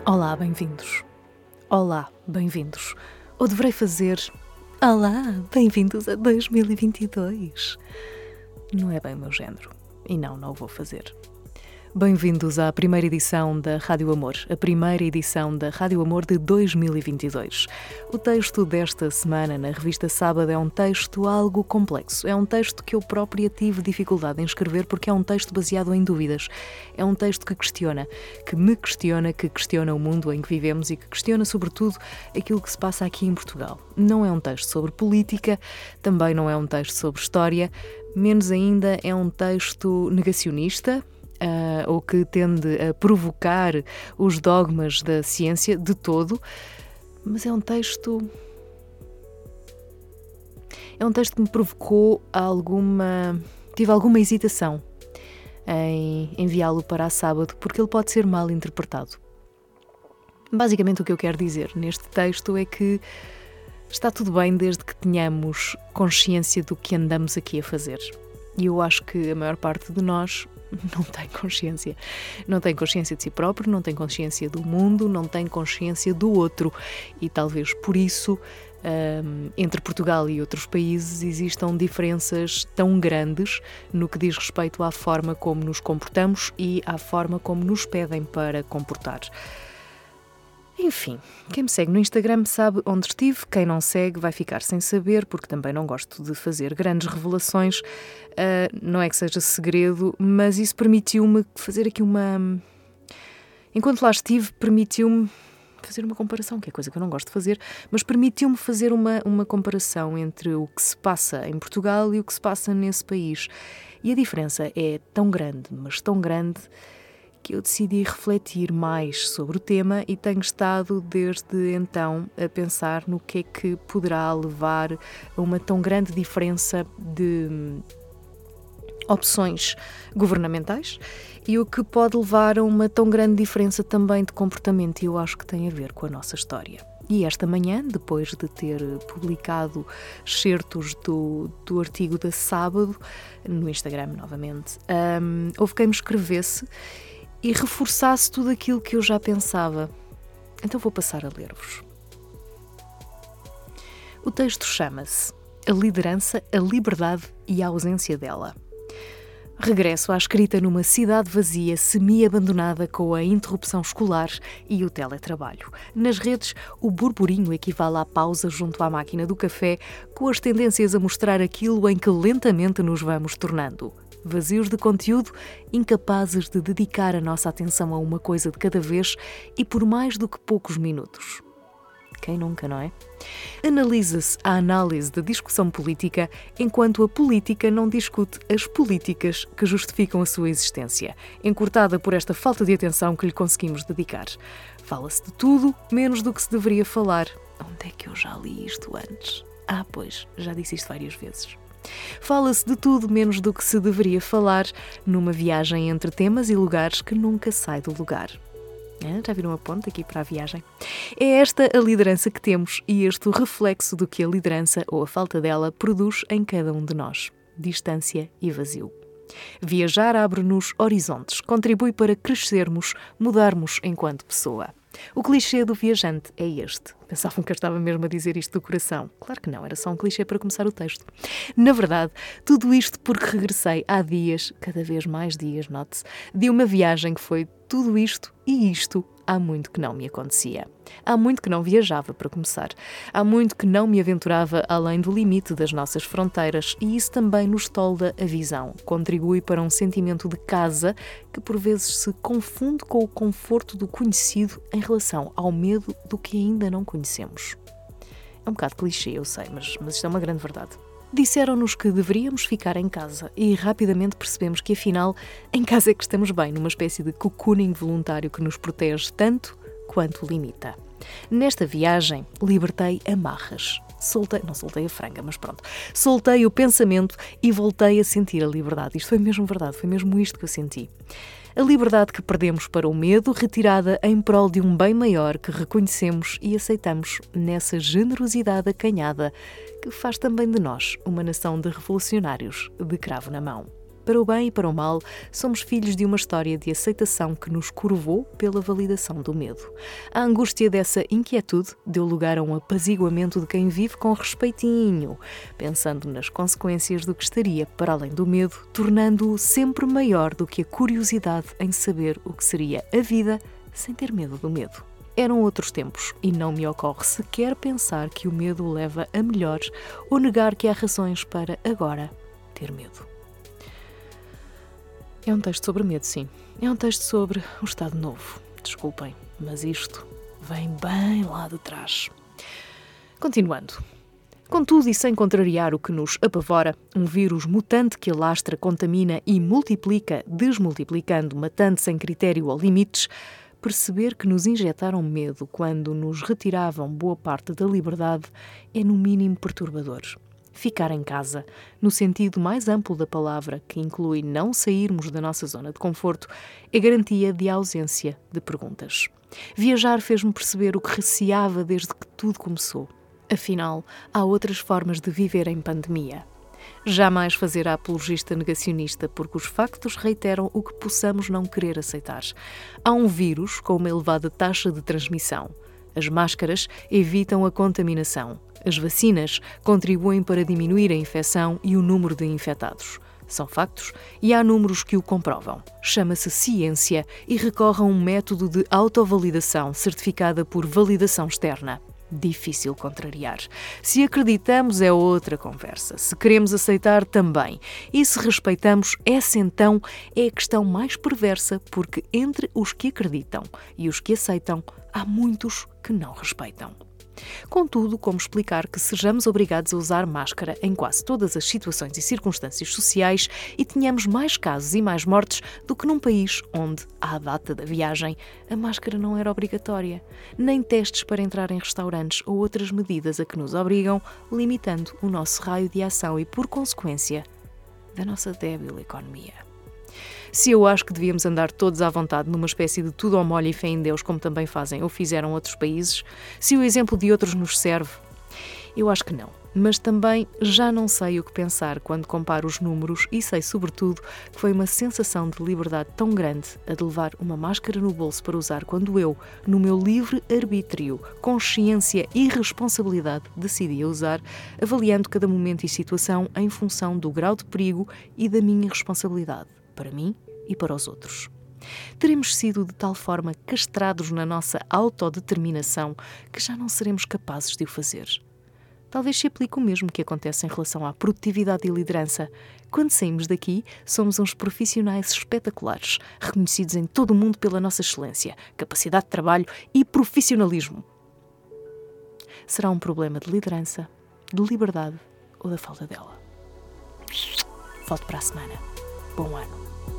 Olá, bem-vindos. Olá, bem-vindos. Ou deverei fazer olá, bem-vindos a 2022. Não é bem o meu género. E não o vou fazer. Bem-vindos à primeira edição da Rádio Amor, a primeira edição da Rádio Amor de 2022. O texto desta semana na revista Sábado é um texto algo complexo. É um texto que eu própria tive dificuldade em escrever porque é um texto baseado em dúvidas. É um texto que me questiona, que questiona o mundo em que vivemos e que questiona, sobretudo, aquilo que se passa aqui em Portugal. Não é um texto sobre política, também não é um texto sobre história, menos ainda é um texto negacionista, ou que tende a provocar os dogmas da ciência de todo, mas é um texto que me provocou tive alguma hesitação em enviá-lo para a Sábado, porque ele pode ser mal interpretado. Basicamente o que eu quero dizer neste texto é que está tudo bem desde que tenhamos consciência do que andamos aqui a fazer. E eu acho que a maior parte de nós não tem consciência. Não tem consciência de si próprio, não tem consciência do mundo, não tem consciência do outro. E talvez por isso, entre Portugal e outros países, existam diferenças tão grandes no que diz respeito à forma como nos comportamos e à forma como nos pedem para comportar. Enfim, quem me segue no Instagram sabe onde estive, quem não segue vai ficar sem saber, porque também não gosto de fazer grandes revelações, não é que seja segredo, mas isso permitiu-me fazer aqui Enquanto lá estive, permitiu-me fazer uma comparação, que é coisa que eu não gosto de fazer, mas permitiu-me fazer uma comparação entre o que se passa em Portugal e o que se passa nesse país. E a diferença é tão grande, mas tão grande, que eu decidi refletir mais sobre o tema e tenho estado desde então a pensar no que é que poderá levar a uma tão grande diferença de opções governamentais e o que pode levar a uma tão grande diferença também de comportamento, e eu acho que tem a ver com a nossa história. E esta manhã, depois de ter publicado excertos do artigo da Sábado, no Instagram novamente, houve quem me escrevesse e reforçasse tudo aquilo que eu já pensava. Então vou passar a ler-vos. O texto chama-se A Liderança, a Liberdade e a Ausência dela. Regresso à escrita numa cidade vazia, semi-abandonada com a interrupção escolar e o teletrabalho. Nas redes, o burburinho equivale à pausa junto à máquina do café, com as tendências a mostrar aquilo em que lentamente nos vamos tornando. Vazios de conteúdo, incapazes de dedicar a nossa atenção a uma coisa de cada vez e por mais do que poucos minutos. Quem nunca, não é? Analisa-se a análise da discussão política enquanto a política não discute as políticas que justificam a sua existência, encurtada por esta falta de atenção que lhe conseguimos dedicar. Fala-se de tudo, menos do que se deveria falar. Onde é que eu já li isto antes? Pois, já disse isto várias vezes. Fala-se de tudo menos do que se deveria falar numa viagem entre temas e lugares que nunca sai do lugar. Já viram a ponte aqui para a viagem? É esta a liderança que temos e este o reflexo do que a liderança, ou a falta dela, produz em cada um de nós. Distância e vazio. Viajar abre-nos horizontes, contribui para crescermos, mudarmos enquanto pessoa. O clichê do viajante é este. Pensavam que eu estava mesmo a dizer isto do coração. Claro que não, era só um clichê para começar o texto. Na verdade, tudo isto porque regressei há dias, cada vez mais dias, note-se, de uma viagem que foi tudo isto e isto há muito que não me acontecia. Há muito que não viajava, para começar. Há muito que não me aventurava além do limite das nossas fronteiras e isso também nos tolda a visão. Contribui para um sentimento de casa que por vezes se confunde com o conforto do conhecido em relação ao medo do que ainda não conhecemos. É um bocado clichê, eu sei, mas isto é uma grande verdade. Disseram-nos que deveríamos ficar em casa e rapidamente percebemos que, afinal, em casa é que estamos bem, numa espécie de cocooning voluntário que nos protege tanto quanto limita. Nesta viagem, libertei amarras. Não soltei a franga, mas pronto. Soltei o pensamento e voltei a sentir a liberdade. Isto foi mesmo verdade, foi mesmo isto que eu senti. A liberdade que perdemos para o medo, retirada em prol de um bem maior que reconhecemos e aceitamos nessa generosidade acanhada que faz também de nós uma nação de revolucionários de cravo na mão. Para o bem e para o mal, somos filhos de uma história de aceitação que nos curvou pela validação do medo. A angústia dessa inquietude deu lugar a um apaziguamento de quem vive com respeitinho, pensando nas consequências do que estaria para além do medo, tornando-o sempre maior do que a curiosidade em saber o que seria a vida sem ter medo do medo. Eram outros tempos e não me ocorre sequer pensar que o medo o leva a melhor ou negar que há razões para agora ter medo. É um texto sobre medo, sim. É um texto sobre o Estado Novo. Desculpem, mas isto vem bem lá de trás. Continuando. Contudo, e sem contrariar o que nos apavora, um vírus mutante que alastra, contamina e multiplica, desmultiplicando, matando sem critério ou limites, perceber que nos injetaram medo quando nos retiravam boa parte da liberdade é no mínimo perturbador. Ficar em casa, no sentido mais amplo da palavra, que inclui não sairmos da nossa zona de conforto, é garantia de ausência de perguntas. Viajar fez-me perceber o que receava desde que tudo começou. Afinal, há outras formas de viver em pandemia. Jamais fazer a apologista negacionista, porque os factos reiteram o que possamos não querer aceitar. Há um vírus com uma elevada taxa de transmissão. As máscaras evitam a contaminação. As vacinas contribuem para diminuir a infecção e o número de infectados. São factos e há números que o comprovam. Chama-se ciência e recorre a um método de autovalidação certificada por validação externa. Difícil contrariar. Se acreditamos é outra conversa. Se queremos aceitar também. E se respeitamos, essa então é a questão mais perversa, porque entre os que acreditam e os que aceitam, há muitos que não respeitam. Contudo, como explicar que sejamos obrigados a usar máscara em quase todas as situações e circunstâncias sociais e tenhamos mais casos e mais mortes do que num país onde, à data da viagem, a máscara não era obrigatória, nem testes para entrar em restaurantes ou outras medidas a que nos obrigam, limitando o nosso raio de ação e, por consequência, da nossa débil economia. Se eu acho que devíamos andar todos à vontade numa espécie de tudo ao molho e fé em Deus, como também fazem ou fizeram outros países, se o exemplo de outros nos serve, eu acho que não. Mas também já não sei o que pensar quando comparo os números e sei, sobretudo, que foi uma sensação de liberdade tão grande a de levar uma máscara no bolso para usar quando eu, no meu livre arbítrio, consciência e responsabilidade, decidia usar, avaliando cada momento e situação em função do grau de perigo e da minha responsabilidade, para mim e para os outros. Teremos sido de tal forma castrados na nossa autodeterminação que já não seremos capazes de o fazer. Talvez se aplique o mesmo que acontece em relação à produtividade e liderança. Quando saímos daqui, somos uns profissionais espetaculares, reconhecidos em todo o mundo pela nossa excelência, capacidade de trabalho e profissionalismo. Será um problema de liderança, de liberdade ou da falta dela? Volto para a semana. Bom ano.